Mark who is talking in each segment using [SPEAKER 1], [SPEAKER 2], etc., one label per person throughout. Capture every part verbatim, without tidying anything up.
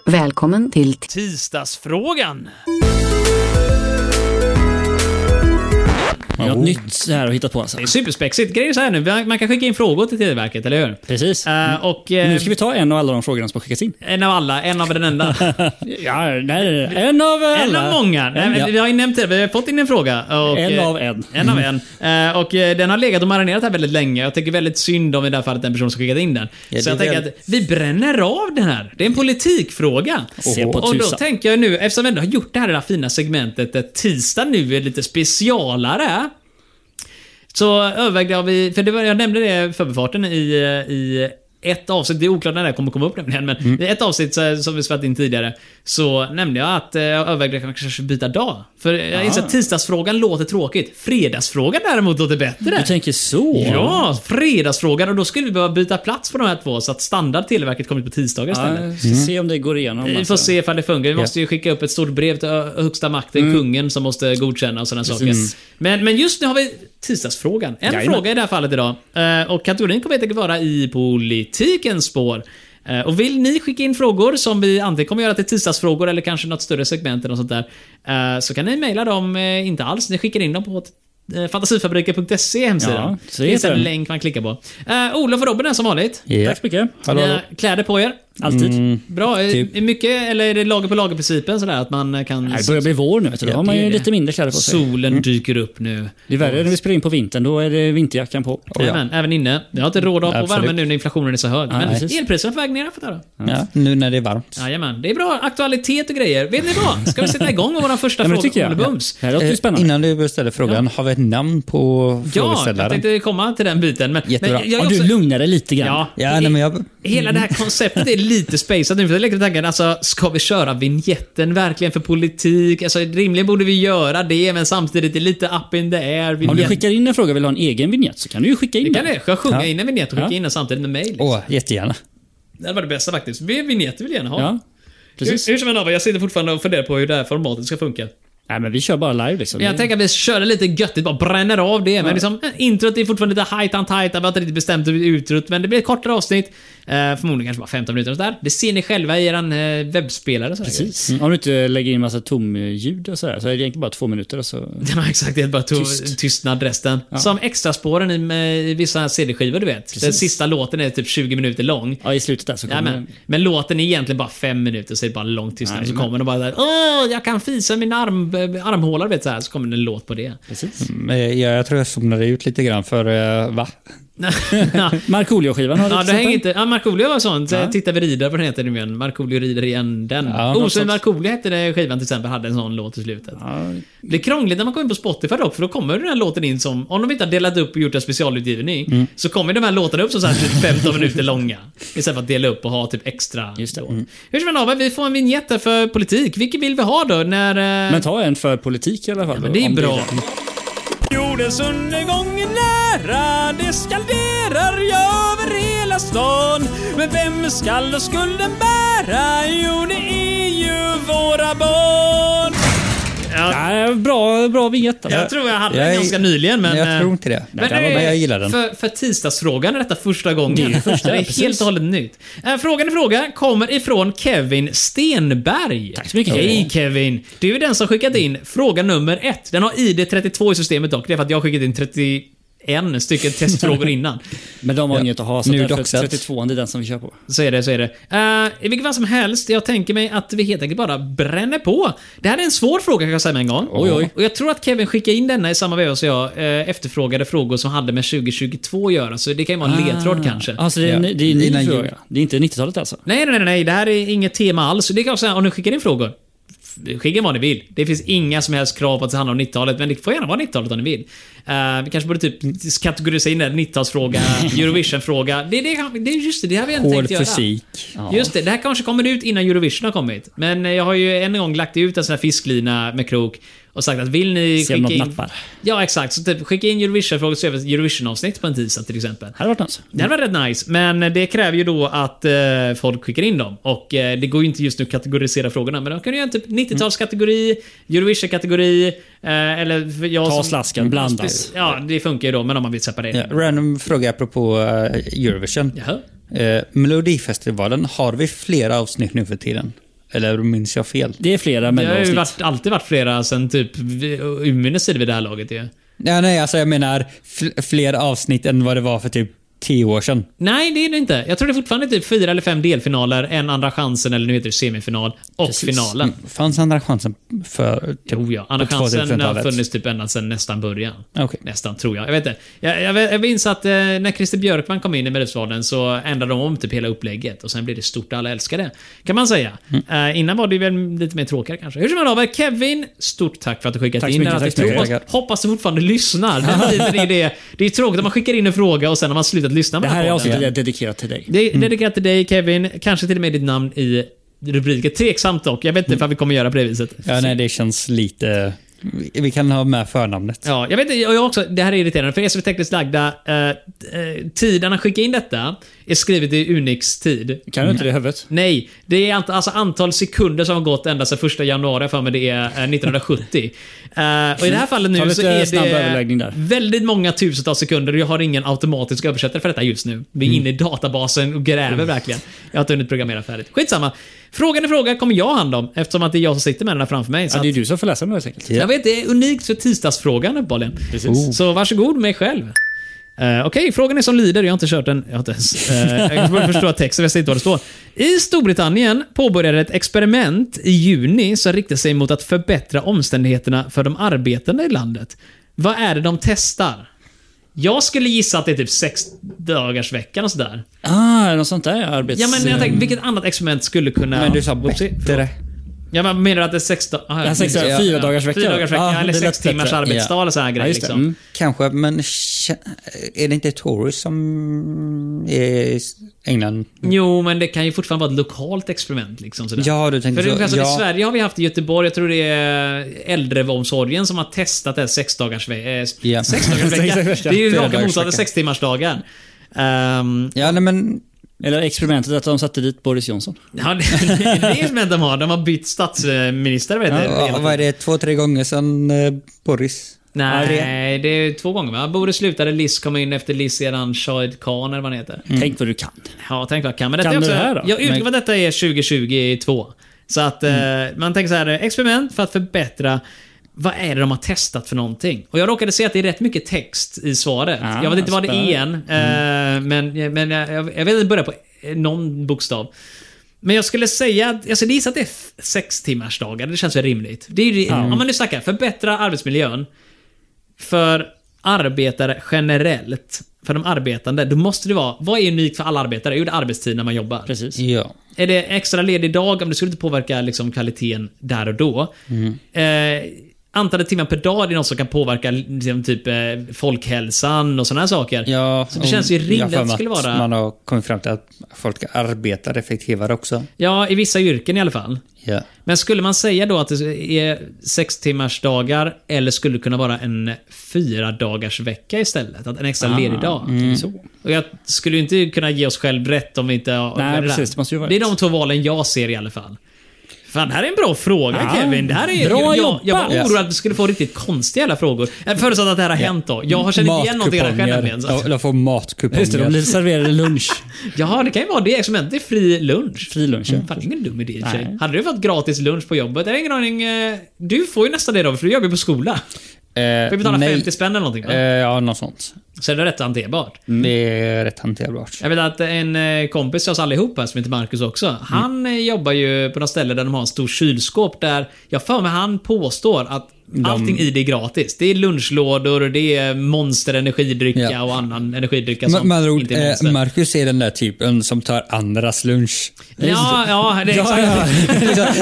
[SPEAKER 1] Välkommen till
[SPEAKER 2] tisdagsfrågan.
[SPEAKER 3] Något oh. nytt här att hitta på alltså.
[SPEAKER 2] Det är superspexigt. Grejer så här nu. Man kan skicka in frågor till Televerket, eller hur?
[SPEAKER 3] Precis.
[SPEAKER 2] Uh, och, uh,
[SPEAKER 3] nu ska vi ta en av alla de frågorna som har skickats in.
[SPEAKER 2] En av alla, en av den enda.
[SPEAKER 3] ja, nej, en av alla.
[SPEAKER 2] En av många. Nej, men, ja. Vi har ju nämnt det. Vi har fått in en fråga. Och,
[SPEAKER 3] en av en.
[SPEAKER 2] En av en. Uh, och uh, den har legat och marinerat här väldigt länge. Jag tycker väldigt synd om i det här fallet den person som skickat in den. Ja, så jag tänker väl... att vi bränner av den här. Det är en politikfråga.
[SPEAKER 3] Oh.
[SPEAKER 2] Och då tänker jag nu, eftersom vi ändå har gjort det här, det här fina segmentet, att tisdag nu är lite specialare. Så övervägde jag, vi, för det var, jag nämnde det i förbifarten i, i ett avsnitt, det är oklart när det kommer komma upp nämligen, men mm. i ett avsnitt så, som vi spelat in tidigare, så nämnde jag att jag övervägde att jag kanske byta dag. För jag inser att tisdagsfrågan låter tråkigt. Fredagsfrågan däremot låter bättre.
[SPEAKER 3] Du tänker så?
[SPEAKER 2] Ja, fredagsfrågan, och då skulle vi behöva byta plats på de här två, så att standard Televerket kommer på tisdagar istället.
[SPEAKER 3] Ja, vi ska mm. se om det går igenom.
[SPEAKER 2] Vi får se ifall det funkar. Vi måste ju skicka upp ett stort brev till högsta makten, mm. kungen, som måste godkänna och sådana saker. Men, men just nu har vi tisdagsfrågan. En Jajamän. fråga i det här fallet idag. Och kategorin kommer helt enkelt vara i politikens spår. Och vill ni skicka in frågor som vi antingen kommer göra till tisdagsfrågor eller kanske något större segment eller något sånt där, så kan ni mejla dem inte alls. Ni skickar in dem på fantasifabriken punkt se hemsidan. Ja, det finns en länk man klickar på. uh, Olof och Robin är som vanligt.
[SPEAKER 3] Yeah. Tack så mycket.
[SPEAKER 2] Hallå. Ni kläder på er.
[SPEAKER 3] Alltid. Mm.
[SPEAKER 2] Bra. Typ. Är mycket, eller är det lager på lager-principen sådär att man kan...
[SPEAKER 3] Nej, det börjar bli vår nu, vet du. Då har man ju lite mindre kläder på sig.
[SPEAKER 2] Solen mm. dyker upp nu.
[SPEAKER 3] Det är värre när vi spelar in på vintern. Då är det vinterjackan på.
[SPEAKER 2] Oh, ja. Även, även inne. Jag har inte råd att ha på värmen nu när inflationen är så hög.
[SPEAKER 3] Ja,
[SPEAKER 2] men
[SPEAKER 3] precis.
[SPEAKER 2] elpriserna får väg ner för det då.
[SPEAKER 4] Ja, nu när det är varmt.
[SPEAKER 2] Jajamän. Det är bra aktualitet och grejer. Vet ni vad? Ska vi sätta igång med våra första ja, frågor om bums?
[SPEAKER 3] Ja. Det låter
[SPEAKER 4] Innan du beställer frågan, ja. har vi ett namn på frågeställaren?
[SPEAKER 2] Ja, jag tänkte komma till den biten. Men,
[SPEAKER 4] Jättebra.
[SPEAKER 2] men jag
[SPEAKER 3] också... Du lugnar dig lite grann.
[SPEAKER 2] Ja,
[SPEAKER 4] ja nej, men jag...
[SPEAKER 2] Hela det här konceptet är lite spacet nu. För jag lägger tanken, alltså, ska vi köra vignetten verkligen för politik? Alltså, rimligen borde vi göra det, men samtidigt är lite up in the air. Vignett.
[SPEAKER 3] Om du skickar in en fråga och vill ha en egen vignett, så kan du ju skicka in
[SPEAKER 2] det.
[SPEAKER 3] Det
[SPEAKER 2] kan det. Jag sjunga
[SPEAKER 3] ja.
[SPEAKER 2] in en vignett och skicka
[SPEAKER 3] ja.
[SPEAKER 2] in den samtidigt med mail.
[SPEAKER 4] Åh, liksom. oh, jättegärna.
[SPEAKER 2] Det var det bästa faktiskt. Vignetter vill jag gärna ha.
[SPEAKER 3] Ja, precis.
[SPEAKER 2] Hur, hur som en av jag sitter fortfarande och funderar på hur det här formatet ska funka.
[SPEAKER 3] Nej, men vi kör bara live liksom.
[SPEAKER 2] Men jag tänker att vi kör lite göttigt, bara bränner av det. Ja. Men liksom, introt är fortfarande lite high and tight. Vi har inte riktigt bestämt utrot, men det blir ett kortare avsnitt. Uh, förmodligen kanske bara femton minuter och där. Det ser ni själva i eran uh, webbspelare. Så
[SPEAKER 3] precis. Mm. Om du inte lägger in massa tomljud och sådär, så är det egentligen bara två minuter. Och så...
[SPEAKER 2] Det var exakt, det är bara to- Tyst. tystnad resten. Ja. Som extra spåren i, med, i vissa C D-skivor, du vet. Precis. Den sista låten är typ tjugo minuter lång.
[SPEAKER 3] Ja, i slutet där så kommer
[SPEAKER 2] ja, men, men låten är egentligen bara fem minuter, så är det bara långt tystnad. Nej, så kommer den bara där, åh, jag kan fisa min arm, armhålar, vet så här. Så kommer det en låt på det.
[SPEAKER 4] Precis. Mm, jag, jag tror jag somnade ut lite grann för, uh, va?
[SPEAKER 3] Markoolio-skivan har du
[SPEAKER 2] ja, det hänger inte. Ja, Markoolio var sånt. Ja. Titta vi rider på den heter det igen. Markoolio rider igen den. Ja, Osund Markoolio hette det skivan till exempel, hade en sån låt i slutet. Ja. Det är krångligt när man kommer in på Spotify dock, för då kommer den här låten in som, om de inte har delat upp och gjort en specialutgivning, mm. så kommer de här låtarna upp som så här typ femton minuter långa. Istället för att dela upp och ha typ extra.
[SPEAKER 3] Just det.
[SPEAKER 2] Mm. Hur ska man ha? Vi får en vignett för politik. Vilken vill vi ha då? När, uh...
[SPEAKER 3] Men ta en för politik i alla fall.
[SPEAKER 2] Ja, men det är bra.
[SPEAKER 5] Jordens undergång är nära, det skalderar över hela stan. Men vem skall då skulden bära? Jo, det är ju våra barn.
[SPEAKER 3] Ja. Ja, bra, bra vignett.
[SPEAKER 2] Jag ja. tror jag hade
[SPEAKER 4] jag
[SPEAKER 2] den
[SPEAKER 4] är,
[SPEAKER 2] ganska nyligen, men
[SPEAKER 4] jag tror inte det.
[SPEAKER 2] Men,
[SPEAKER 4] men, men jag gillar den.
[SPEAKER 2] För, för tisdagsfrågan är detta första gången. Det är, första, det är
[SPEAKER 3] ja,
[SPEAKER 2] helt och hållet nytt. Frågan i fråga kommer ifrån Kevin Stenberg.
[SPEAKER 3] Tack så mycket.
[SPEAKER 2] Hej Kevin. Du är den som skickat in fråga nummer ett. Den har I D trettiotvå i systemet dock. Det är för att jag har skickat in trettio en stycken testfrågor innan.
[SPEAKER 3] Men de har
[SPEAKER 4] ja.
[SPEAKER 3] inget att ha, så
[SPEAKER 4] nu
[SPEAKER 3] därför
[SPEAKER 4] doxat.
[SPEAKER 3] trettiotvå är den som vi kör på.
[SPEAKER 2] Så är det, så är det. Uh, I vilket fall som helst, jag tänker mig att vi helt enkelt bara bränner på. Det här är en svår fråga kan jag säga med en gång.
[SPEAKER 3] Oj, oj.
[SPEAKER 2] Och jag tror att Kevin skickade in denna i samma veva som jag uh, efterfrågade frågor som hade med tjugo tjugotvå att göra. Så det kan ju vara en ah. ledtråd kanske.
[SPEAKER 3] Alltså det är,
[SPEAKER 4] ja.
[SPEAKER 3] det är en ny fråga. Det är inte nittiotalet alltså?
[SPEAKER 2] Nej, nej, nej, nej. Det här är inget tema alls. Det kan jag säga, om du skickar in frågor. Skicka vad ni vill. Det finns inga som helst krav på att det handlar om nittiotalet, men det får gärna vara nittiotalet om ni vill. Uh, vi kanske borde typ kategorisera in det, nittiotalsfråga, Eurovision-fråga. Det, det, det är just det, det här vi inte tänkt göra.
[SPEAKER 4] Fysik.
[SPEAKER 2] Ja. Just det, det här kanske kommer ut innan Eurovision har kommit. Men jag har ju en gång lagt ut en sån här fisklina med krok och sagt att vill ni
[SPEAKER 3] se
[SPEAKER 2] skicka in...
[SPEAKER 3] nappar.
[SPEAKER 2] Ja, exakt. Så typ, skicka in Eurovision-frågor så gör vi ett Eurovision-avsnitt på en tisdag till exempel.
[SPEAKER 3] Det hade varit nice.
[SPEAKER 2] Det hade varit rätt nice, men det kräver ju då att eh, folk skickar in dem. Och eh, det går ju inte just nu att kategorisera frågorna, men de kan ju göra typ nittiotalskategori, Eurovision-kategori, eh, eller... Jag
[SPEAKER 3] Ta
[SPEAKER 2] som,
[SPEAKER 3] slasken, blanda.
[SPEAKER 2] Ja, det funkar ju då, men om man vill separera.
[SPEAKER 4] Ja, random fråga apropå uh, Eurovision.
[SPEAKER 2] Jaha.
[SPEAKER 4] Uh, Melodifestivalen, har vi flera avsnitt nu för tiden? Eller minns jag fel?
[SPEAKER 3] Det är flera
[SPEAKER 2] Det har ju
[SPEAKER 3] mellanavsnitt.
[SPEAKER 2] varit, alltid varit flera sen typ urminnes tid vid det här laget ju.
[SPEAKER 4] Ja, nej, alltså jag menar fl- fler avsnitt än vad det var för typ tio år sedan.
[SPEAKER 2] Nej, det är det inte. Jag tror det är fortfarande typ fyra eller fem delfinaler, en andra chansen eller nu heter det semifinal och
[SPEAKER 3] Precis.
[SPEAKER 2] finalen.
[SPEAKER 4] Fanns andra chansen för typ,
[SPEAKER 2] Jo, ja. Andra
[SPEAKER 4] på
[SPEAKER 2] chansen har
[SPEAKER 4] tvåtusentalet?
[SPEAKER 2] funnits typ ända sedan nästan början.
[SPEAKER 4] Okej.
[SPEAKER 2] Nästan, tror jag. Jag vet inte. Jag, jag, jag minns att eh, när Christer Björkman kom in i Melodifestivalen så ändrade de om typ hela upplägget och sen blev det stort, alla älskar det. Kan man säga. Mm. Eh, innan var det väl lite mer tråkigare kanske. Hur som helst, Kevin, stort tack för att du skickat
[SPEAKER 3] Tack så
[SPEAKER 2] in
[SPEAKER 3] mycket,
[SPEAKER 2] den.
[SPEAKER 3] tack så mycket.
[SPEAKER 2] Hoppas, hoppas du fortfarande lyssnar. Det, det, det, det, det är tråkigt om man skickar in en fråga och sen har man slutat lyssna med
[SPEAKER 3] Det här är
[SPEAKER 2] podden.
[SPEAKER 3] avsnittet jag dedikerat till dig.
[SPEAKER 2] Det är dedikerat till dig, Kevin. Kanske till och med ditt namn i rubriken. Tveksamt dock. Jag vet inte vad vi kommer göra på det viset.
[SPEAKER 4] Ja, nej, det känns lite... Vi vi kan ha med förnamnet.
[SPEAKER 2] Ja, jag vet inte, och jag också, det här är irriterande, för er som är tekniskt lagda, eh, eh, tiden att skicka in detta är skrivet i Unix-tid.
[SPEAKER 3] Kan du inte det i huvudet?
[SPEAKER 2] Nej, det är ant- alltså antal sekunder som har gått ända sedan första januari för mig det är eh, nittonhundrasjuttio. Eh, och i det här fallet
[SPEAKER 3] Ta
[SPEAKER 2] nu
[SPEAKER 3] lite
[SPEAKER 2] så är
[SPEAKER 3] snabb överläggning där.
[SPEAKER 2] det väldigt många tusentals sekunder och jag har ingen automatisk översättare för detta just nu. Vi är inne i databasen och gräver verkligen. Jag har inte hunnit programmera färdigt. Skitsamma. Frågan i fråga kommer jag hand om eftersom att det är jag som sitter med den här framför mig. Så
[SPEAKER 3] Ja, det är
[SPEAKER 2] att-
[SPEAKER 3] du som får läsa den helt enkelt.
[SPEAKER 2] jag vet, det är unikt för tisdagsfrågan uppenbarligen.
[SPEAKER 3] Precis.
[SPEAKER 2] Så varsågod med själv. Uh, Okej, okay, frågan är som lyder. Jag har inte kört den. Jag har inte ens... Uh, jag kan bara förstå texten, jag ser inte vad det står. I Storbritannien påbörjade ett experiment i juni som riktar sig mot att förbättra omständigheterna för de arbetande i landet. Vad är det de testar? Jag skulle gissa att det är typ sex dagars veckan och sådär.
[SPEAKER 3] Ah, något sånt där arbets...
[SPEAKER 2] Ja, men jag tänkte, vilket annat experiment skulle kunna...
[SPEAKER 4] Men du sa
[SPEAKER 2] Oopsie, förlåt.
[SPEAKER 4] bättre.
[SPEAKER 2] Ja, men menar du att det är sex dagar? Ah,
[SPEAKER 3] Ja, sex dagar,
[SPEAKER 2] ja,
[SPEAKER 3] fyra
[SPEAKER 2] ja.
[SPEAKER 3] dagars vecka.
[SPEAKER 2] Fyra dagars vecka,
[SPEAKER 3] Ja,
[SPEAKER 2] eller
[SPEAKER 3] det
[SPEAKER 2] sex
[SPEAKER 3] lät
[SPEAKER 2] timmars
[SPEAKER 3] bättre.
[SPEAKER 2] arbetsdag
[SPEAKER 4] Ja.
[SPEAKER 2] eller så här
[SPEAKER 3] Ja,
[SPEAKER 2] grejer
[SPEAKER 3] just det.
[SPEAKER 2] liksom.
[SPEAKER 3] Mm.
[SPEAKER 4] Kanske, men kä- är det inte Tories som är i England?
[SPEAKER 2] Jo, men det kan ju fortfarande vara ett lokalt experiment liksom sådär.
[SPEAKER 4] Ja, du tänkte
[SPEAKER 2] För det,
[SPEAKER 4] så.
[SPEAKER 2] alltså,
[SPEAKER 4] Ja.
[SPEAKER 2] i Sverige har vi haft i Göteborg, jag tror det är äldreomsorgen som har testat det här sex dagars ve- eh,
[SPEAKER 4] Ja.
[SPEAKER 2] sex dagars vecka.
[SPEAKER 3] Sex dagars
[SPEAKER 2] Det är ju
[SPEAKER 4] Fyra
[SPEAKER 2] raka
[SPEAKER 4] dagars
[SPEAKER 2] motsatsen
[SPEAKER 4] vecka.
[SPEAKER 2] sex timmars dagar. Um,
[SPEAKER 4] Ja, nej, men...
[SPEAKER 3] Eller experimentet att de satte dit Boris Johnson.
[SPEAKER 2] ja, det, det är det experiment de har. De har bytt statsminister, vet du.
[SPEAKER 4] Ja, vad är det? Två, tre gånger sedan eh, Boris?
[SPEAKER 2] Nej, det är två gånger va? Boris slutade, Liz kom in efter Liz sedan Shahid Khan eller vad han heter.
[SPEAKER 3] Tänk vad du kan.
[SPEAKER 2] Ja, tänk vad jag kan. Men detta
[SPEAKER 3] Kan
[SPEAKER 2] är också,
[SPEAKER 3] du det här då?
[SPEAKER 2] Jag utgår från att detta är tjugo tjugotvå. Så att mm. eh, man tänker så här, experiment för att förbättra. Vad är det de har testat för någonting? Och jag råkade se att det är rätt mycket text i svaret.
[SPEAKER 3] Ah,
[SPEAKER 2] jag vet inte vad det är än.
[SPEAKER 3] Mm.
[SPEAKER 2] Eh, men men jag, jag, jag vet inte börja på någon bokstav. Men jag skulle säga att, alltså det gissar att det är f- sex timmars dagar. Det känns väl rimligt. Det är ju,
[SPEAKER 3] Ja.
[SPEAKER 2] om man nu snackar, förbättra arbetsmiljön för arbetare generellt, för de arbetande, då måste det vara, vad är unikt för alla arbetare? Jo, det är arbetstid när man jobbar.
[SPEAKER 3] Precis.
[SPEAKER 4] Ja.
[SPEAKER 2] Är det extra ledig dag, om det skulle inte påverka liksom kvaliteten där och då. Eh, antalet timmar per dag är något som kan påverka liksom, typ eh, folkhälsan och sådana här saker.
[SPEAKER 4] Ja,
[SPEAKER 2] Så det känns ju
[SPEAKER 4] och
[SPEAKER 2] rimligt
[SPEAKER 4] jag har
[SPEAKER 2] att det skulle
[SPEAKER 4] för mig
[SPEAKER 2] vara-
[SPEAKER 4] Man har kommit fram till att folk arbetar effektivare också.
[SPEAKER 2] Ja, i vissa yrken i alla fall.
[SPEAKER 4] Ja.
[SPEAKER 2] Men skulle man säga då att det är sex timmars dagar eller skulle det kunna vara en fyra dagars vecka istället? Att en extra
[SPEAKER 3] Ah,
[SPEAKER 2] ledig dag.
[SPEAKER 3] Så.
[SPEAKER 2] Och jag skulle ju inte kunna ge oss själv rätt om vi inte har...
[SPEAKER 3] Nej,
[SPEAKER 2] det där.
[SPEAKER 3] precis, det måste ju vara
[SPEAKER 2] Det är
[SPEAKER 3] rätt.
[SPEAKER 2] de två valen jag ser i alla fall. Fan, det här är en bra fråga,
[SPEAKER 3] Ja,
[SPEAKER 2] Kevin. Det här är,
[SPEAKER 3] bra
[SPEAKER 2] jag,
[SPEAKER 3] jobbat.
[SPEAKER 2] jag var
[SPEAKER 4] Yes.
[SPEAKER 2] orolig att vi skulle få riktigt konstiga jävla frågor. Jag förutsatt att det här har hänt då. Jag har känt inte igen någonting av det här själv nämligen. så att-
[SPEAKER 4] Ja, de får matkuponger.
[SPEAKER 3] Just det, de blir serverade lunch.
[SPEAKER 2] Jaha, det kan ju vara det. Experimentet är fri lunch.
[SPEAKER 3] Fri lunch, ja.
[SPEAKER 2] Fan, ingen dum idé i och för sig.
[SPEAKER 3] Nej.
[SPEAKER 2] Hade du fått gratis lunch på jobbet? Jag har ingen aning. eh, Du får ju nästan det då, för du jobbar ju på skola.
[SPEAKER 4] Eh,
[SPEAKER 2] Vi betalar
[SPEAKER 4] nej.
[SPEAKER 2] femtio spänn eller någonting va?
[SPEAKER 4] Eh, ja, något sånt.
[SPEAKER 2] Så är det rätt hanterbart.
[SPEAKER 4] Det är rätt hanterbart.
[SPEAKER 2] Jag vet att en eh, kompis till oss allihopa som heter Marcus också. Han eh, jobbar ju på något ställe där de har en stor kylskåp där jag för mig han påstår att allting i det är gratis. Det är lunchlådor, det är monster energidrycka
[SPEAKER 4] Ja.
[SPEAKER 2] och annan energidrycka
[SPEAKER 4] Med
[SPEAKER 2] som
[SPEAKER 4] med andra ord,
[SPEAKER 2] inte är
[SPEAKER 4] eh,
[SPEAKER 2] monster.
[SPEAKER 4] Marcus är den där typen som tar andras lunch.
[SPEAKER 2] Ja, ja, det är
[SPEAKER 3] Ja,
[SPEAKER 2] exakt.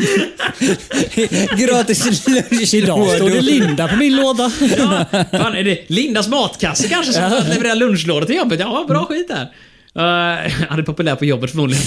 [SPEAKER 3] ja.
[SPEAKER 4] Gratis lunch.
[SPEAKER 3] Idag står det Linda på min låda.
[SPEAKER 2] Ja, fan, är det Lindas matkasse kanske som levererar lunchlådor till jobbet? Ja, bra skit där. Uh, han är populär på jobbet förmodligen.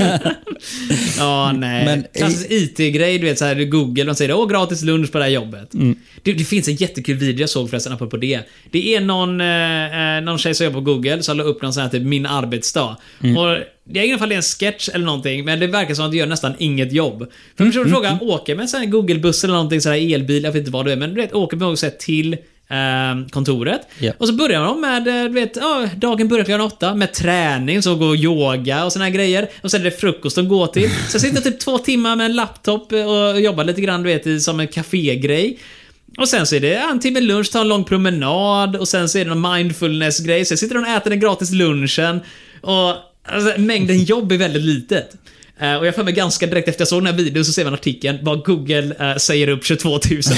[SPEAKER 2] Ja, nej.
[SPEAKER 4] Men-
[SPEAKER 2] Klassisk I T-grej, du vet så här, du Google, de säger åh, gratis lunch på det här jobbet.
[SPEAKER 4] Mm.
[SPEAKER 2] Det, det finns en jättekul video jag såg förresten apropå det. Det är någon, eh, någon tjej som jobbar på Google som la upp någon sån här typ min arbetsdag.
[SPEAKER 4] Mm.
[SPEAKER 2] Och det är i alla fall en sketch eller någonting, men det verkar som att det gör nästan inget jobb. För
[SPEAKER 4] Mm,
[SPEAKER 2] personen frågar, åker med en sån här Google-buss eller någonting, så här elbil, jag vet inte vad det är, men du vet, åker med något så här till eh, kontoret.
[SPEAKER 4] Yeah.
[SPEAKER 2] Och så börjar de med, du vet, ja, dagen börjar klockan åtta med träning, så går yoga och såna här grejer. Och sen är det frukost de går till. Så sitter typ två timmar med en laptop och jobbar lite grann, du vet, som en kafégrej. Och sen så är det en timme lunch, tar en lång promenad. Och sen så är det någon mindfulness-grej. Så sitter de och äter den gratis lunchen. Och alltså, mängden jobb är väldigt litet. Uh, och jag får mig ganska direkt efter jag såg den här videon, så ser man artikeln vad Google uh, säger upp tjugotvå tusen.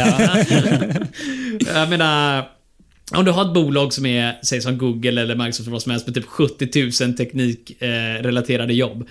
[SPEAKER 2] Jag menar, om du har ett bolag som är, säg som Google eller Microsoft, vad som helst, med typ sjuttio tusen teknikrelaterade uh, jobb.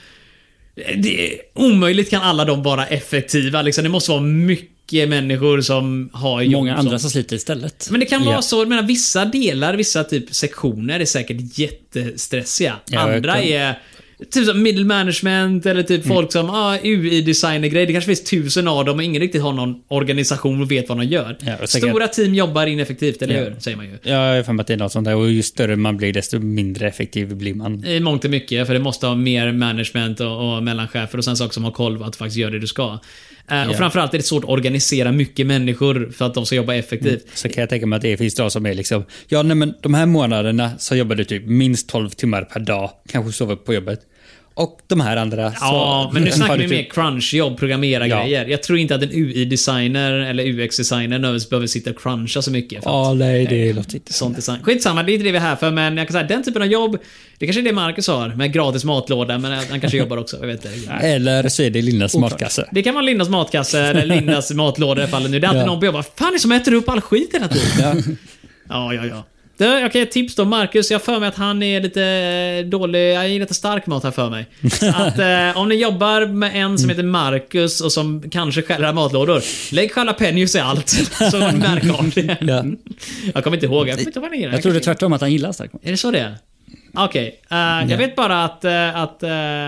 [SPEAKER 2] Det är omöjligt kan alla de vara effektiva. Liksom, det måste vara mycket människor som har jobb.
[SPEAKER 3] Många andra
[SPEAKER 2] som,
[SPEAKER 3] som sliter istället.
[SPEAKER 2] Men det kan vara
[SPEAKER 4] ja.
[SPEAKER 2] så, jag menar, vissa delar, vissa typ sektioner är säkert jättestressiga.
[SPEAKER 4] Ja,
[SPEAKER 2] Andra
[SPEAKER 4] kan...
[SPEAKER 2] är typ som middle management eller typ mm. folk som ah, U I-designer-grejer. Det kanske finns tusen av dem och ingen riktigt har någon organisation och vet vad de gör.
[SPEAKER 4] Ja,
[SPEAKER 2] Stora team jobbar ineffektivt, eller
[SPEAKER 4] ja.
[SPEAKER 2] hur? Säger man ju.
[SPEAKER 4] Ja, jag har för mig att det är något sånt där. Och ju större man blir, desto mindre effektiv blir man.
[SPEAKER 2] I mångt och mycket, för det måste ha mer management och, och mellanchefer och sen saker som har koll på att du faktiskt gör det du ska. Uh, och
[SPEAKER 4] ja.
[SPEAKER 2] framförallt är det svårt att organisera mycket människor för att de ska jobba effektivt.
[SPEAKER 4] Mm. Så kan jag tänka mig att det finns de som är liksom, ja nej, men de här månaderna så jobbar du typ minst tolv timmar per dag, kanske sover på jobbet. Och de här andra så,
[SPEAKER 2] ja, men nu snackar vi
[SPEAKER 4] typ...
[SPEAKER 2] mer crunch-jobb, programmera
[SPEAKER 4] ja.
[SPEAKER 2] grejer. Jag tror inte att en U I-designer eller U X-designer nödvändigtvis behöver sitta och cruncha så mycket.
[SPEAKER 4] Ja, nej, det låter inte
[SPEAKER 2] sånt design. Skitsamma, det är inte det vi är här för, men jag kan säga den typen av jobb, det kanske är det Marcus har, med gratis matlåda, men han kanske jobbar också, jag vet inte.
[SPEAKER 4] Eller så är det Lindas matkasse.
[SPEAKER 2] Det kan vara Lindas matkasse eller Lindas matlåda i fallet nu. Det är alltid ja. någon på jobbet. Fan, är som äter upp all skit hela tiden. Ja, ja, ja. ja. Det, jag kan ge ett tips då, Marcus. Jag för mig att han är lite dålig. Jag är lite stark mat här för mig. Att eh, om ni jobbar med en som heter Marcus och som kanske skäller matlådor, lägg jalapenos i allt. Så man märker av det.
[SPEAKER 4] Ja.
[SPEAKER 2] Jag kommer inte ihåg. Jag, kommer inte ihåg
[SPEAKER 3] jag, jag tror det är tvärtom att han gillar stark mat.
[SPEAKER 2] Är det så det är? Okej. Okay. Uh, jag ja. vet bara att... Uh, att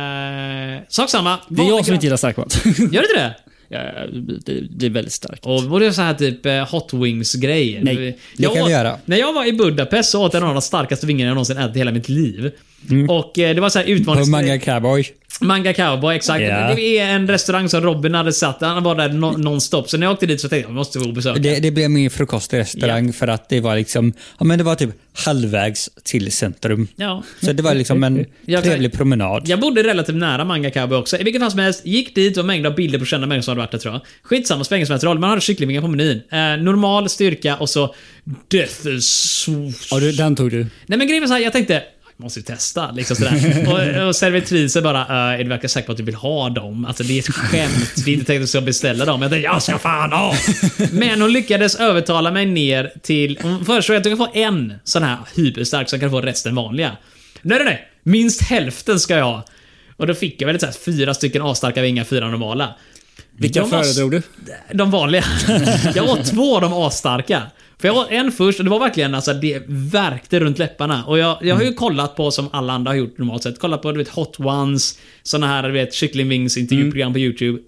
[SPEAKER 2] uh, sak samma.
[SPEAKER 3] Det är jag som inte gillar stark mat.
[SPEAKER 2] Gör du inte det?
[SPEAKER 3] Ja, det, det är väldigt starkt.
[SPEAKER 2] Och var det så här typ Hot Wings-grejer?
[SPEAKER 4] Nej, det
[SPEAKER 2] jag
[SPEAKER 4] kan
[SPEAKER 2] åt,
[SPEAKER 4] vi göra.
[SPEAKER 2] När jag var i Budapest så åt jag en av de starkaste vingarna jag någonsin ätit i hela mitt liv. Mm. Och eh, det var så här utmanings...
[SPEAKER 4] Manga Cowboy.
[SPEAKER 2] Manga Cowboy, exakt.
[SPEAKER 4] Yeah.
[SPEAKER 2] Det är en restaurang som Robin hade satt. Han var där non- non-stop. Så när jag åkte dit så tänkte jag, jag måste gå och besöka.
[SPEAKER 4] Det, det blev min frukostrestaurang yeah. för att det var liksom, ja men det var typ halvvägs till centrum.
[SPEAKER 2] Ja.
[SPEAKER 4] Så det var liksom en
[SPEAKER 2] jag,
[SPEAKER 4] trevlig promenad.
[SPEAKER 2] Jag bodde relativt nära Manga Cowboy också. I vilket fall som helst, gick dit och mängder av bilder på kända människor som hade varit där, tror jag. Skitsamma, spelar ingen roll. Man hade kycklingvingar på menyn. Eh, normal styrka och så Death Sauce.
[SPEAKER 3] Ja, du, den tog du.
[SPEAKER 2] Nej men grejen var så här, jag tänkte måste ju testa liksom sådär. och, och servitrisen bara uh, är du verkligen säker på att du vill ha dem? Alltså det är ett skämt. Vi inte tänkte att du ska beställa dem. Jag tänkte, jag ska fan ha. Men hon lyckades övertala mig ner till, hon föreslog att du kan få en sån här hyperstark, så kan du få resten vanliga. Nej nej nej, minst hälften ska jag ha. Och då fick jag väl så här, fyra stycken A-starka vingar, fyra normala.
[SPEAKER 3] Vilka föredrog du?
[SPEAKER 2] De vanliga. Jag åt två av de A-starka. För jag åt en först och det var verkligen, alltså det värkte runt läpparna. Och jag, jag har ju kollat på, som alla andra har gjort normalt sett, kollat på, du vet, Hot Ones, såna här, du vet, Kyckling Wings intervjuprogram mm. på YouTube.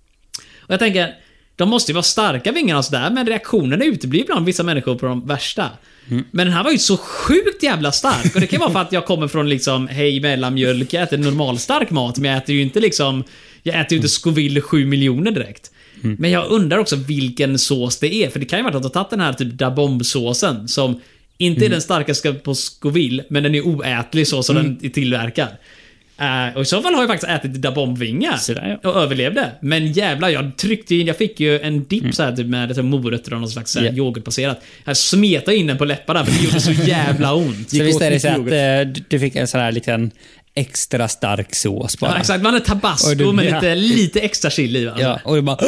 [SPEAKER 2] Och jag tänker, de måste ju vara starka vingarna och sådär, men reaktionen uteblir bland vissa människor på de värsta. Mm. Men den här var ju så sjukt jävla stark. Och det kan vara för att jag kommer från liksom, hej mellanmjölk, jag äter normal stark mat, men jag äter ju inte liksom, jag äter ju inte Scoville sju miljoner direkt. Mm. Men jag undrar också vilken sås det är. För det kan ju vara att de har tagit den här typ Da Bomb-såsen som inte mm. är den starkaste på Scoville, men den är oätlig så som mm. den är tillverkad. Uh, och i så fall har jag faktiskt ätit Da Bomb-vingar ja. och överlevde. Men jävlar, jag tryckte in, jag fick ju en dipp mm. så här, typ med det, morötter och någon slags yeah. yoghurtbaserat. Jag smetade in den på läpparna för det gjorde så jävla ont.
[SPEAKER 4] Så visst är det så att uh, du fick en sån här liten extra stark sås bara.
[SPEAKER 2] Ja, exakt, man har tabasco du, med ja. lite, lite extra chili i. Alltså.
[SPEAKER 4] Ja, och det bara...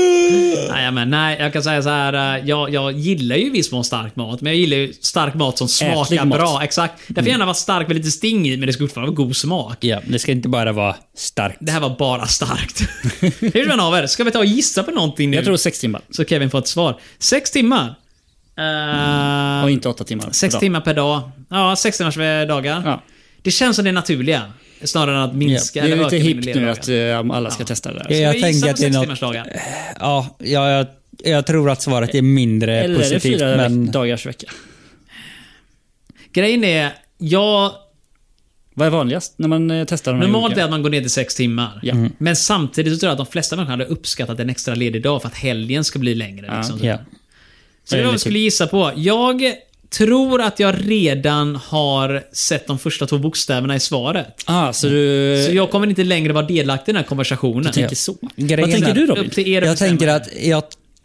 [SPEAKER 2] Nej, men nej, jag kan säga så här, jag, jag gillar ju viss mån stark mat, men jag gillar ju stark mat som smakar Ätlig bra. Mat. Exakt. Det får mm. gärna vara stark med lite sting i, men det ska fortfarande vara god smak.
[SPEAKER 4] Ja, det ska inte bara vara starkt.
[SPEAKER 2] Det här var bara starkt. Hur är det av er? Ska vi ta och gissa på någonting nu?
[SPEAKER 3] Jag tror sex timmar.
[SPEAKER 2] Så Kevin får ett svar. Sex timmar? Uh,
[SPEAKER 3] mm. Och inte åtta timmar.
[SPEAKER 2] Sex
[SPEAKER 3] per
[SPEAKER 2] timmar per dag. Ja, sex timmars dagar. Ja. Det känns som det naturliga. Snarare än att minska
[SPEAKER 3] yeah.
[SPEAKER 2] eller
[SPEAKER 3] öka. Det är lite hippt nu att uh, alla ska
[SPEAKER 2] ja.
[SPEAKER 3] testa det där.
[SPEAKER 4] Så jag, jag tänker att det är något... Ja, jag, jag tror att svaret är mindre
[SPEAKER 3] eller
[SPEAKER 4] positivt.
[SPEAKER 3] Eller är det fyra
[SPEAKER 4] men...
[SPEAKER 3] dagars vecka?
[SPEAKER 2] Grejen är, jag...
[SPEAKER 3] Vad är vanligast när man testar de här
[SPEAKER 2] normalt
[SPEAKER 3] olika?
[SPEAKER 2] är att man går ner till sex timmar. Ja. Mm. Men samtidigt så tror jag att de flesta människor hade uppskattat en extra ledig dag för att helgen ska bli längre.
[SPEAKER 3] Ja.
[SPEAKER 2] Liksom,
[SPEAKER 4] ja.
[SPEAKER 2] Så jag skulle gissa på. Jag tror att jag redan har sett de första två bokstäverna i svaret.
[SPEAKER 3] Ah, så du...
[SPEAKER 2] Så jag kommer inte längre vara delaktig i den här konversationen.
[SPEAKER 3] Du tänker så.
[SPEAKER 4] Grejen
[SPEAKER 3] Vad tänker
[SPEAKER 4] är-
[SPEAKER 3] du, Robin?
[SPEAKER 2] Upp till er att
[SPEAKER 4] Jag
[SPEAKER 2] bestämma.
[SPEAKER 4] tänker att jag,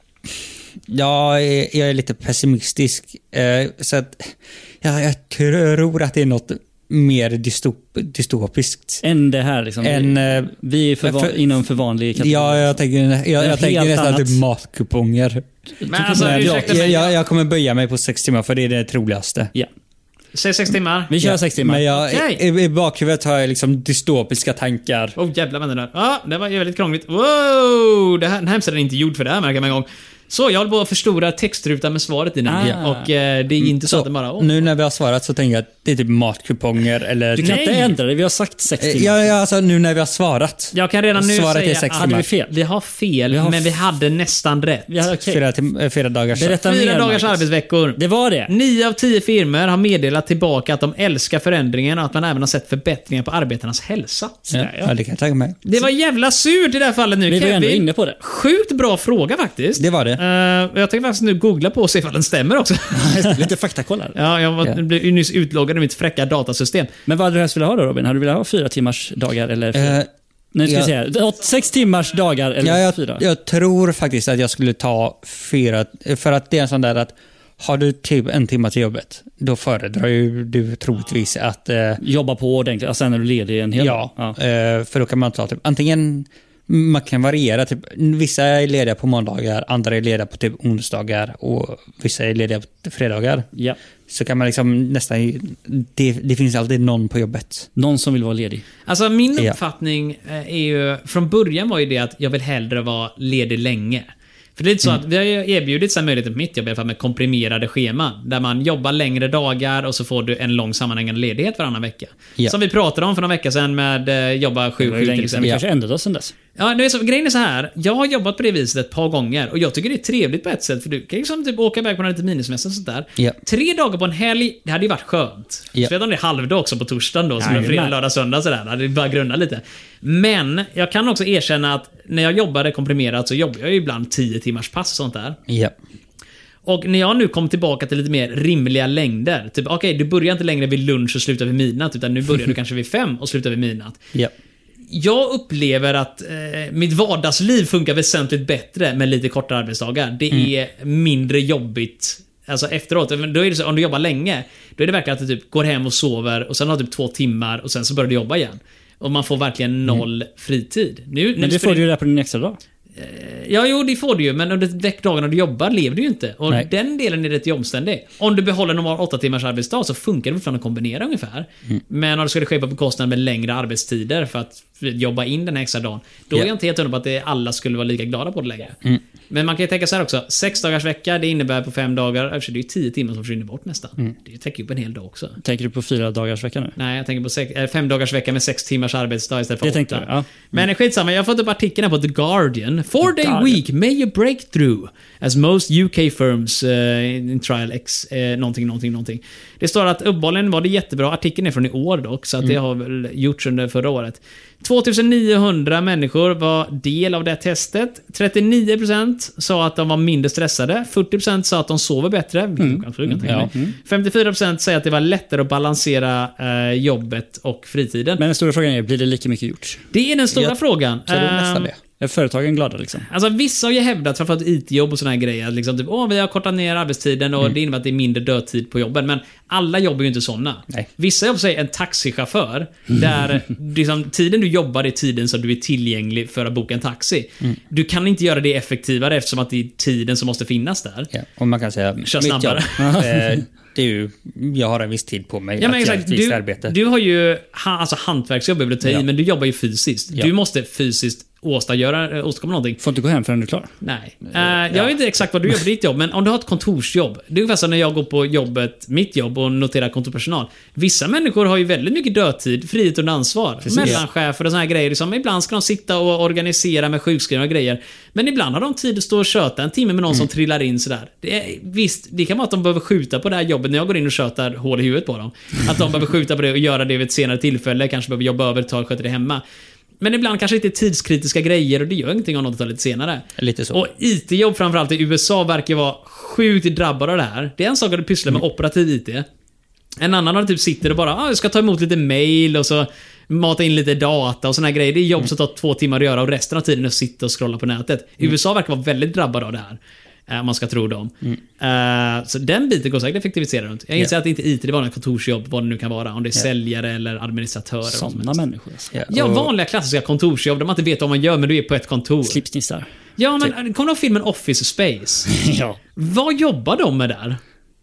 [SPEAKER 4] jag, är, jag är lite pessimistisk. Eh, så att ja, jag tror att det är något mer dystop, dystopiskt.
[SPEAKER 3] Än det här liksom.
[SPEAKER 4] En, eh,
[SPEAKER 3] vi är för,
[SPEAKER 4] för-
[SPEAKER 3] inom för vanlig kategori.
[SPEAKER 4] Ja, jag tänker, jag,
[SPEAKER 3] Men
[SPEAKER 4] jag tänker
[SPEAKER 3] helt
[SPEAKER 4] nästan
[SPEAKER 3] annat.
[SPEAKER 4] typ matkuponger.
[SPEAKER 2] Men alltså,
[SPEAKER 4] Men jag,
[SPEAKER 2] ursäkta
[SPEAKER 4] jag,
[SPEAKER 2] mig.
[SPEAKER 4] jag, jag kommer böja mig på sex timmar för det är det troligaste.
[SPEAKER 3] Ja.
[SPEAKER 2] Säg sex timmar.
[SPEAKER 3] Vi kör
[SPEAKER 4] Ja,
[SPEAKER 3] sex timmar.
[SPEAKER 4] Men jag,
[SPEAKER 2] Okej.
[SPEAKER 4] i, i bakhuvudet har jag liksom dystopiska tankar.
[SPEAKER 2] Åh oh, jävlar, vänta där. Ja, det var ju väldigt krångligt. Wow! Det här, den här hemsidan är inte gjord för det här, märker man en gång. Så, jag håller på att förstora textrutan med svaret i den.
[SPEAKER 3] Ah.
[SPEAKER 2] Och eh, det är inte så,
[SPEAKER 4] Så
[SPEAKER 2] att det bara... Oh.
[SPEAKER 4] nu när vi har svarat så tänker jag att det är typ matkuponger eller...
[SPEAKER 3] Du kan
[SPEAKER 2] Nej.
[SPEAKER 3] inte ändra det. Vi har sagt sex
[SPEAKER 4] Eh,
[SPEAKER 3] timmar.
[SPEAKER 4] Ja, ja, alltså nu när vi har svarat.
[SPEAKER 2] Jag kan redan nu
[SPEAKER 4] Svaret är
[SPEAKER 2] säga
[SPEAKER 4] sex
[SPEAKER 2] att
[SPEAKER 3] Hade vi
[SPEAKER 4] timmar.
[SPEAKER 3] fel?
[SPEAKER 2] vi har fel,
[SPEAKER 3] Vi har
[SPEAKER 2] men vi hade nästan rätt.
[SPEAKER 3] Ja, okej.
[SPEAKER 4] Fyra, tim- eh, fyra dagars.
[SPEAKER 3] Berätta
[SPEAKER 2] Fyra
[SPEAKER 3] mer,
[SPEAKER 2] dagars
[SPEAKER 3] Marcus.
[SPEAKER 2] arbetsveckor.
[SPEAKER 3] Det var det.
[SPEAKER 2] Nio av tio firmor har meddelat tillbaka att de älskar förändringen och att man även har sett förbättringar på arbetarnas hälsa.
[SPEAKER 4] Ja, ja, det kan jag tänka mig.
[SPEAKER 2] Det var jävla surt i det här fallet nu,
[SPEAKER 3] Vi var ju ändå
[SPEAKER 2] Kevin.
[SPEAKER 3] inne på det.
[SPEAKER 2] Sjukt bra fråga faktiskt.
[SPEAKER 4] Det var det.
[SPEAKER 2] Eh, jag tänker faktiskt nu googla på och se ifall den stämmer också.
[SPEAKER 3] Lite faktakoll här.
[SPEAKER 2] Ja, jag var,
[SPEAKER 4] Ja.
[SPEAKER 2] blev ju nyss utloggad i mitt fräcka datasystem.
[SPEAKER 3] Men vad hade du helst velat ha då, Robin? Hade du velat ha fyra timmars dagar eller fyra?
[SPEAKER 4] Eh,
[SPEAKER 3] Nej, ska vi
[SPEAKER 4] ja.
[SPEAKER 3] säga. Åt- Sex timmars dagar eller
[SPEAKER 4] ja, jag,
[SPEAKER 3] fyra?
[SPEAKER 4] jag tror faktiskt att jag skulle ta fyra, för att det är en sån där att har du typ en timme till jobbet, då föredrar ju du troligtvis att eh,
[SPEAKER 3] Jobba på ordentligt, alltså sen är du ledig en hel
[SPEAKER 4] ja,
[SPEAKER 3] dag.
[SPEAKER 4] eh, för då kan man ta typ antingen man kan variera, typ, vissa är lediga på måndagar, andra är lediga på typ onsdagar och vissa är lediga på fredagar.
[SPEAKER 3] Ja.
[SPEAKER 4] Så kan man liksom nästan, det, det finns alltid någon på jobbet.
[SPEAKER 3] Någon som vill vara ledig.
[SPEAKER 2] Alltså min
[SPEAKER 4] Ja.
[SPEAKER 2] uppfattning eh, är ju, från början var ju det att jag vill hellre vara ledig länge. För det är lite så att vi har ju erbjudit sig möjlighet på mitt jobb i alla fall med komprimerade scheman. Där man jobbar längre dagar och så får du en lång sammanhängande ledighet varannan vecka.
[SPEAKER 4] Ja.
[SPEAKER 2] Som vi pratade om för några veckor sedan med eh, jobba sju
[SPEAKER 3] Det var ju
[SPEAKER 2] sju till
[SPEAKER 3] länge sedan. Vi
[SPEAKER 2] exempel.
[SPEAKER 3] kanske ändrade oss sen dess.
[SPEAKER 2] Ja, det är så, grejen är så här. Jag har jobbat på det viset ett par gånger och jag tycker det är trevligt på ett sätt för du kan liksom typ åka iväg på en liten minisemester och sånt där.
[SPEAKER 4] Ja.
[SPEAKER 2] Tre dagar på en helg, det hade ju varit skönt.
[SPEAKER 4] Ja.
[SPEAKER 2] Speciellt om det är halvdag också på torsdagen då, som en
[SPEAKER 3] Jajamän.
[SPEAKER 2] fredag, lördag, söndag sådär. Det hade bara grunna lite. Men jag kan också erkänna att när jag jobbade komprimerat så jobbade jag ju ibland tio timmars pass och sånt där.
[SPEAKER 4] Ja.
[SPEAKER 2] Och när jag nu kom tillbaka till lite mer rimliga längder. Typ, okej, okay, du börjar inte längre vid lunch och slutar vid midnatt, utan nu börjar du kanske vid fem och slutar vid midnatt.
[SPEAKER 4] Ja.
[SPEAKER 2] Jag upplever att eh, mitt vardagsliv funkar väsentligt bättre med lite kortare arbetsdagar. Det
[SPEAKER 4] Mm.
[SPEAKER 2] är mindre jobbigt. Alltså efteråt, då är det så, om du jobbar länge, då är det verkligen att du typ går hem och sover och sen har du typ två timmar och sen så börjar du jobba igen. Och man får verkligen noll fritid. Nu, nu
[SPEAKER 3] Men det får du ju där på din extra dag.
[SPEAKER 2] Ja, jo, det får du ju, men under veckdagarna du jobbar lever du ju inte. Och
[SPEAKER 4] Nej.
[SPEAKER 2] den delen är rätt omständig. Om du behåller normal åtta timmars arbetsdag så funkar det fortfarande att kombinera ungefär.
[SPEAKER 4] Mm.
[SPEAKER 2] Men om det skulle ske på bekostnad med längre arbetstider för att jobba in den här extra dagen, då
[SPEAKER 4] Ja.
[SPEAKER 2] är jag inte helt hundra på att det, alla skulle vara lika glada på det längre.
[SPEAKER 4] Mm.
[SPEAKER 2] Men man kan ju tänka så här också. Sex dagars vecka, det innebär på fem dagar, det är ju tio timmar som försvinner bort nästan.
[SPEAKER 4] Mm.
[SPEAKER 2] Det täcker ju på en hel dag också.
[SPEAKER 3] Tänker du på fyra dagars vecka nu?
[SPEAKER 2] Nej, jag tänker på sex, äh, fem dagars vecka med sex timmars arbetsdag istället för
[SPEAKER 3] Det
[SPEAKER 2] åtta.
[SPEAKER 3] tänkte jag, ja.
[SPEAKER 2] Men skitsamma, jag har fått upp artikeln här på The Guardian. Four day
[SPEAKER 3] Guardian.
[SPEAKER 2] week may a breakthrough as most U K firms uh, in trial X, uh, någonting, någonting, någonting. Det står att uppehållen var det jättebra. Artikeln är från i år dock, så att det har väl gjorts under förra året. tjugoniohundra människor var del av det testet. trettionio procent sa att de var mindre stressade. fyrtio procent sa att de sover bättre. Mm. Absolut, kan tänka mig. femtiofyra procent säger att det var lättare att balansera eh, jobbet och fritiden.
[SPEAKER 3] Men den stora frågan är, blir det lika mycket gjort?
[SPEAKER 2] Det är den stora
[SPEAKER 4] Jag
[SPEAKER 2] frågan.
[SPEAKER 4] tror
[SPEAKER 2] Ehm,
[SPEAKER 4] nästan det.
[SPEAKER 3] Är företagen glada liksom?
[SPEAKER 2] Alltså vissa har ju hävdat, framförallt I T-jobb och såna här grejer, att liksom typ, åh, vi har kortat ner arbetstiden och det innebär att det är mindre dödtid på jobben. Men alla jobbar ju inte såna.
[SPEAKER 4] Nej.
[SPEAKER 2] Vissa jobbar säger en taxichaufför, där liksom, tiden du jobbar är tiden som du är tillgänglig för att boka en taxi. Du kan inte göra det effektivare eftersom att det är tiden som måste finnas där.
[SPEAKER 4] Ja, och man kan säga
[SPEAKER 2] Kör
[SPEAKER 4] mitt jobb,
[SPEAKER 2] snabbare.
[SPEAKER 4] eh, det är ju, jag har en viss tid på mig
[SPEAKER 2] Ja, men
[SPEAKER 4] att göra
[SPEAKER 2] exakt.
[SPEAKER 4] ett visst
[SPEAKER 2] Du,
[SPEAKER 4] arbete.
[SPEAKER 2] du har ju ha, alltså, hantverksjobb över ta i,
[SPEAKER 4] Ja.
[SPEAKER 2] men du jobbar ju fysiskt.
[SPEAKER 4] Ja.
[SPEAKER 2] Du måste fysiskt åstadgöra, åstadkomma någonting.
[SPEAKER 3] Får inte gå hem förrän du är klar.
[SPEAKER 2] Nej. Uh, jag vet inte exakt vad du gör på ditt jobb, men om du har ett kontorsjobb. Det är ungefär som när jag går på jobbet, mitt jobb, och noterar kontorspersonal. Vissa människor har ju väldigt mycket dödtid, frihet under ansvar.
[SPEAKER 3] Precis.
[SPEAKER 2] Mellanchefer och såna här grejer. Liksom, ibland ska de sitta och organisera med sjukskrivna och grejer. Men ibland har de tid att stå och köta en timme med någon som trillar in sådär. Det är, visst, det kan vara att de behöver skjuta på det här jobbet när jag går in och tjötar hål i huvudet på dem. Att de behöver skjuta på det och göra det vid ett senare tillfälle. Kanske behöver jobba över ett tag och sköta det hemma. Men ibland kanske inte tidskritiska grejer och det gör ingenting om något tar lite senare.
[SPEAKER 4] Lite så.
[SPEAKER 2] Och I T-jobb framförallt i U S A verkar vara sjukt drabbade av det här. Det är en sak att du pysslar med mm. operativ I T. En annan har typ sitter och bara ah, jag ska ta emot lite mail och så mata in lite data och såna här grejer. Det är jobb mm. som tar två timmar att göra och resten av tiden är att sitta och scrolla på nätet. Mm. U S A verkar vara väldigt drabbade av det här. Om man ska tro dem. Mm. Uh, så den biten går säkert effektivisera runt. Jag inser yeah. att det inte är I T, det var en kontorsjobb, vad det nu kan vara. Om det är yeah. säljare eller administratörer.
[SPEAKER 3] Sådana människor.
[SPEAKER 2] Yeah. Ja, vanliga klassiska kontorsjobb där man inte vet vad man gör, men du är på ett kontor.
[SPEAKER 3] Slipsnissar.
[SPEAKER 2] Ja, men kommer du ihåg filmen Office Space?
[SPEAKER 3] Ja.
[SPEAKER 2] Vad jobbar de med där?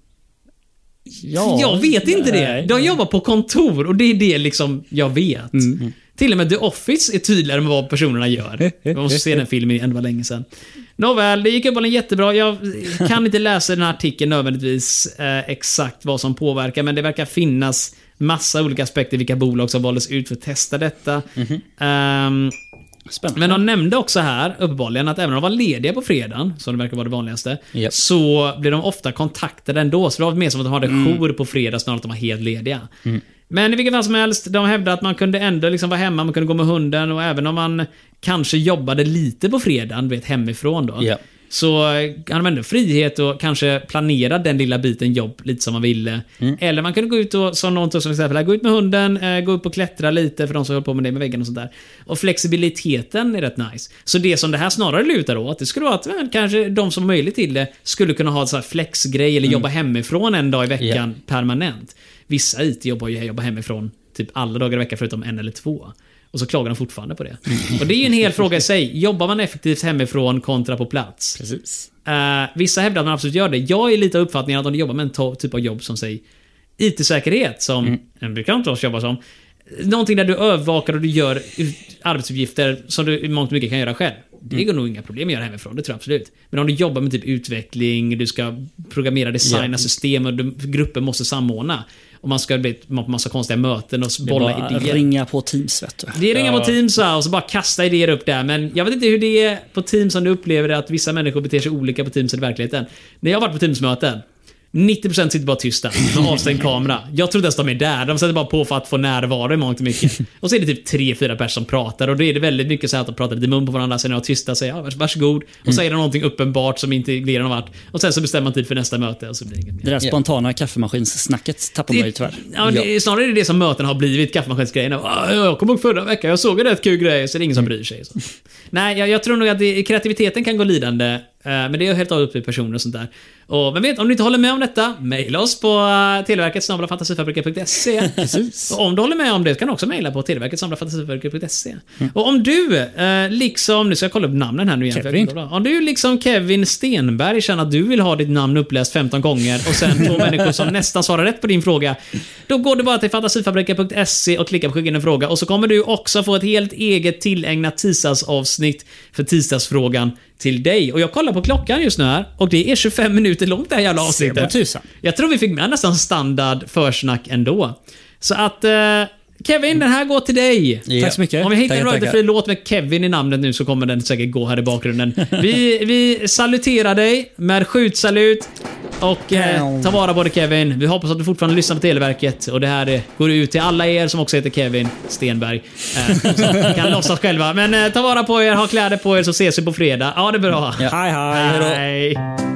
[SPEAKER 3] Ja,
[SPEAKER 2] jag vet inte nej, det. De jobbar på kontor och det är det liksom jag vet. Mm. Till och med The Office är tydligare med vad personerna gör. Man måste se den filmen igen, det var länge sedan. Nåväl, det gick uppenbarligen jättebra. Jag kan inte läsa den här artikeln nödvändigtvis eh, exakt vad som påverkar, men det verkar finnas massa olika aspekter vilka bolag som valdes ut för att testa detta. Mm-hmm. Um, Spännande. Men de nämnde också här uppenbarligen att även om de var lediga på fredagen, som det verkar vara det vanligaste, yep. så blir de ofta kontaktade ändå. Så det var mer som att de hade mm. jour på fredag snarare att de var helt lediga. Mm. Men i vilket fall som helst, de hävdade att man kunde ändå liksom vara hemma, man kunde gå med hunden och även om man kanske jobbade lite på fredagen, vet hemifrån då. Yep. Så kan man ändå frihet och kanske planera den lilla biten jobb lite som man ville. Mm. Eller man kunde gå ut och, som någon som exempel, gå ut med hunden, eh, gå upp och klättra lite för de som håller på med det med väggen och sånt där. Och flexibiliteten är rätt nice. Så det som det här snarare lutar åt, det skulle vara att väl, kanske de som är möjligt till det skulle kunna ha en sån här flexgrej eller mm. jobba hemifrån en dag i veckan yeah. permanent. Vissa I T jobbar ju jobba hemifrån typ alla dagar i veckan förutom en eller två. Och så klagar de fortfarande på det. Och det är ju en hel fråga i sig. Jobbar man effektivt hemifrån kontra på plats?
[SPEAKER 3] Precis.
[SPEAKER 2] Uh, vissa hävdar att man absolut gör det. Jag är lite av uppfattningen att om du jobbar med en to- typ av jobb som säger I T-säkerhet, som mm. en bekant oss jobbar som, någonting där du övervakar och du gör arbetsuppgifter som du i mångt och mycket kan göra själv. Det går mm. nog inga problem att göra hemifrån, det tror jag absolut. Men om du jobbar med typ utveckling, du ska programmera, designa yeah. system och du, grupper måste samordna. Och man ska bli på massa konstiga möten och bolla idéer.
[SPEAKER 3] Ringa på Teams, vet du.
[SPEAKER 2] Det är ringa ja. på Teams och så bara kasta idéer upp där. Men jag vet inte hur det är på Teams som du upplever det, att vissa människor beter sig olika på Teams i verkligheten. När jag har varit på Teams-möten, nittio procent sitter bara tysta med avstängd kamera. Jag tror att de är där. De sätter bara på för att få närvaro i mångt och mycket. Och så är det typ tre fyra personer som pratar. Och då är det väldigt mycket så att de pratar lite mun på varandra. Sen är de tysta och säger ja, varsågod. Och mm. säger de någonting uppenbart som inte glider någon vart. Och sen så bestämmer man tid för nästa möte. Och så blir det inget mer.
[SPEAKER 3] Det där spontana kaffemaskinssnacket tappar man ju tyvärr.
[SPEAKER 2] Ja, det är snarare det som möten har blivit, kaffemaskinsgrejerna. Jag kommer ihåg förra veckan, jag såg en rätt kul grej. Så det är ingen som bryr sig. Så. Nej, jag, jag tror nog att det, kreativiteten kan gå lidande. Men det är helt av upp till personer och sånt där. Och vem vet, om du inte håller med om detta, mejla oss på televerket snabel-a fantasifabriken punkt se. Och om du håller med om det kan du också mejla på televerket snabel-a fantasifabriken punkt se. Mm. Och om du, eh, liksom, nu ska jag kolla upp namnen här nu igen. Kevin. Om du liksom Kevin Stenberg känner att du vill ha ditt namn uppläst femton gånger och sen två människor som nästan svarar rätt på din fråga, då går du bara till fantasifabriken punkt se och klickar på skicka in en fråga. Och så kommer du också få ett helt eget tillägnat tisdagsavsnitt för tisdagsfrågan till dig. Och jag kollar på klockan just nu här och det är tjugofem minuter långt det här jävla avsnittet. Jag tror vi fick med nästan standard försnack ändå. Så att eh, Kevin, den här går till dig.
[SPEAKER 3] Ja. Tack så mycket.
[SPEAKER 2] Om vi hittar en royalty-fri låt med Kevin i namnet nu så kommer den säkert gå här i bakgrunden. Vi, vi saluterar dig med skjutsalut och eh, ta vara på det, Kevin. Vi hoppas att du fortfarande lyssnar på Televerket och det här eh, går ut till alla er som också heter Kevin Stenberg. Eh, så kan låtsas själva. Men eh, ta vara på er, ha kläder på er så ses vi på fredag. Ja, det är bra.
[SPEAKER 3] Ja. Hej, hej.
[SPEAKER 2] Hej.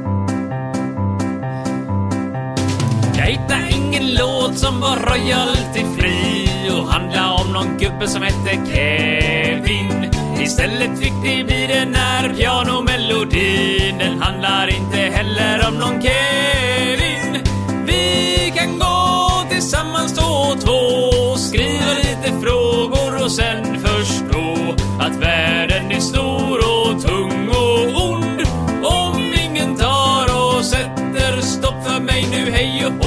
[SPEAKER 5] Jag hittade ingen låt som var royalty-fri och handla om någon gubbe som hette Kevin. Istället fick det bli den här pianomelodin. Den handlar inte heller om någon Kevin. Vi kan gå tillsammans två och två, skriva lite frågor och sen förstå att världen är stor och tung och ond. Om ingen tar och sätter stopp för mig nu, hej och